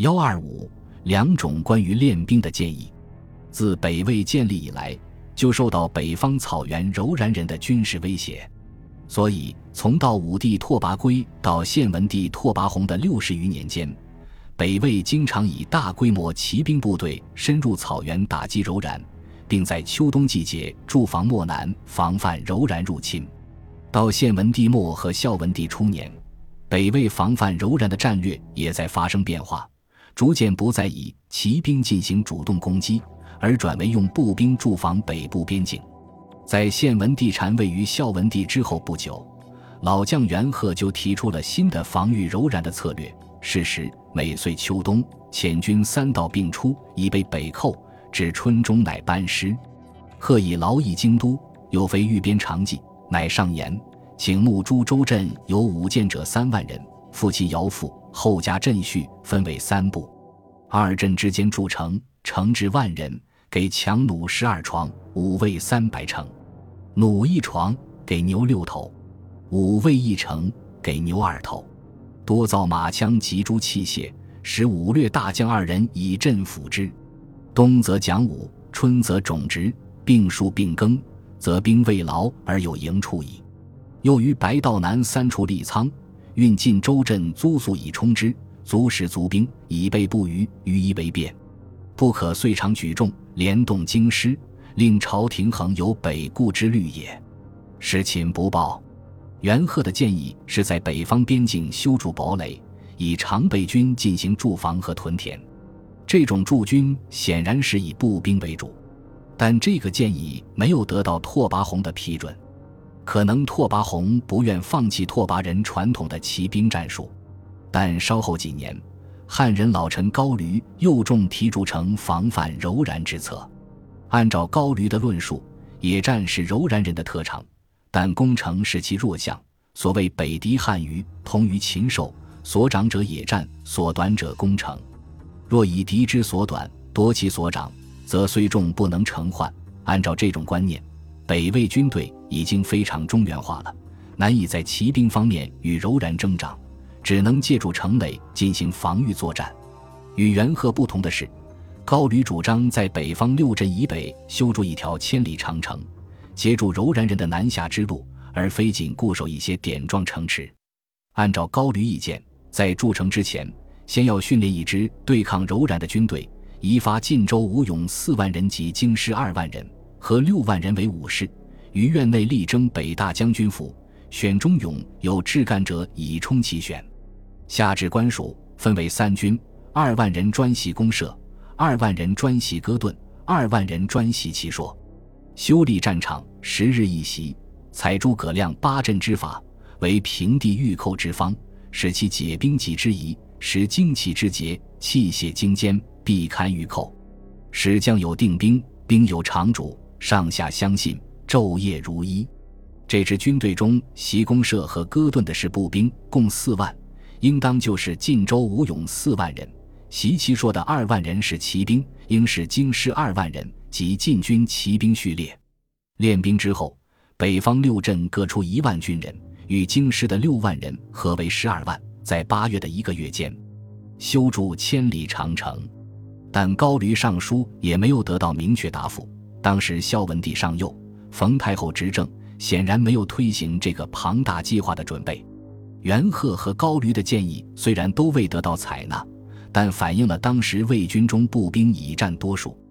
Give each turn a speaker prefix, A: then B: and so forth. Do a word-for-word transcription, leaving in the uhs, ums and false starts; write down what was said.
A: 一二五两种关于练兵的建议。自北魏建立以来，就受到北方草原柔然人的军事威胁，所以从到武帝拓跋圭到献文帝拓跋宏的六十余年间，北魏经常以大规模骑兵部队深入草原打击柔然，并在秋冬季节驻防漠南，防范柔然入侵。到献文帝末和孝文帝初年，北魏防范柔然的战略也在发生变化，逐渐不再以骑兵进行主动攻击，而转为用步兵驻防北部边境。在献文帝禅位于孝文帝之后不久，老将元贺就提出了新的防御柔然的策略。是时每岁秋冬，遣军三道并出，以备北寇，至春中乃班师。贺以劳役京都，又非御边常计，乃上言，请募诸州镇有武剑者三万人，复其徭赋，后加镇序，分为三部。二镇之间筑城，城至万人，给强弩十二床，五卫三百乘。弩一床，给牛六头；五卫一乘，给牛二头。多造马枪及诸器械，使武略大将二人以镇抚之。冬则讲武，春则种植，并树并耕，则兵未劳而有营处矣。又于白道南三处立仓，运进州镇租粟以充之，足使足兵，以备不虞，予以为变。不可遂常举重，连动京师，令朝廷恒有北顾之虑也。时寝不报。元贺的建议是在北方边境修筑堡垒，以常备军进行驻防和屯田。这种驻军显然是以步兵为主，但这个建议没有得到拓跋宏的批准。可能拓跋宏不愿放弃拓跋人传统的骑兵战术，但稍后几年，汉人老臣高驴又重提筑城防范柔然之策。按照高驴的论述，野战是柔然人的特长，但攻城是其弱项。所谓北敌汉虞，同于禽兽，所长者野战，所短者攻城。若以敌之所短夺其所长，则虽众不能成患。按照这种观念，北魏军队已经非常中原化了，难以在骑兵方面与柔然争长，只能借助城垒进行防御作战。与元贺不同的是，高驴主张在北方六镇以北修筑一条千里长城，截住柔然人的南下之路，而非仅固守一些点状城池。按照高驴意见，在筑城之前，先要训练一支对抗柔然的军队，移发晋州武勇四万人及京师二万人，和六万人为武士，于院内力争北大将军府，选中勇有志干者以充其选。下至官署，分为三军，二万人专袭公社，二万人专袭戈顿，二万人专袭骑槊。修立战场，十日一袭，采诸葛亮八阵之法，为平地御寇之方，使其解兵己之疑，使精气之节，器械精坚，必堪御寇。使将有定兵，兵有常主，上下相信，昼夜如一。这支军队中袭公社和戈顿的是步兵，共四万，应当就是晋州武勇四万人；袭骑槊的二万人是骑兵，应是京师二万人，即晋军骑兵序列。练兵之后，北方六镇各出一万军人，与京师的六万人合为十二万，在八月的一个月间，修筑千里长城。但高驴上书也没有得到明确答复。当时孝文帝上幼，冯太后执政，显然没有推行这个庞大计划的准备。元贺和高驴的建议虽然都未得到采纳，但反映了当时魏军中步兵已占多数。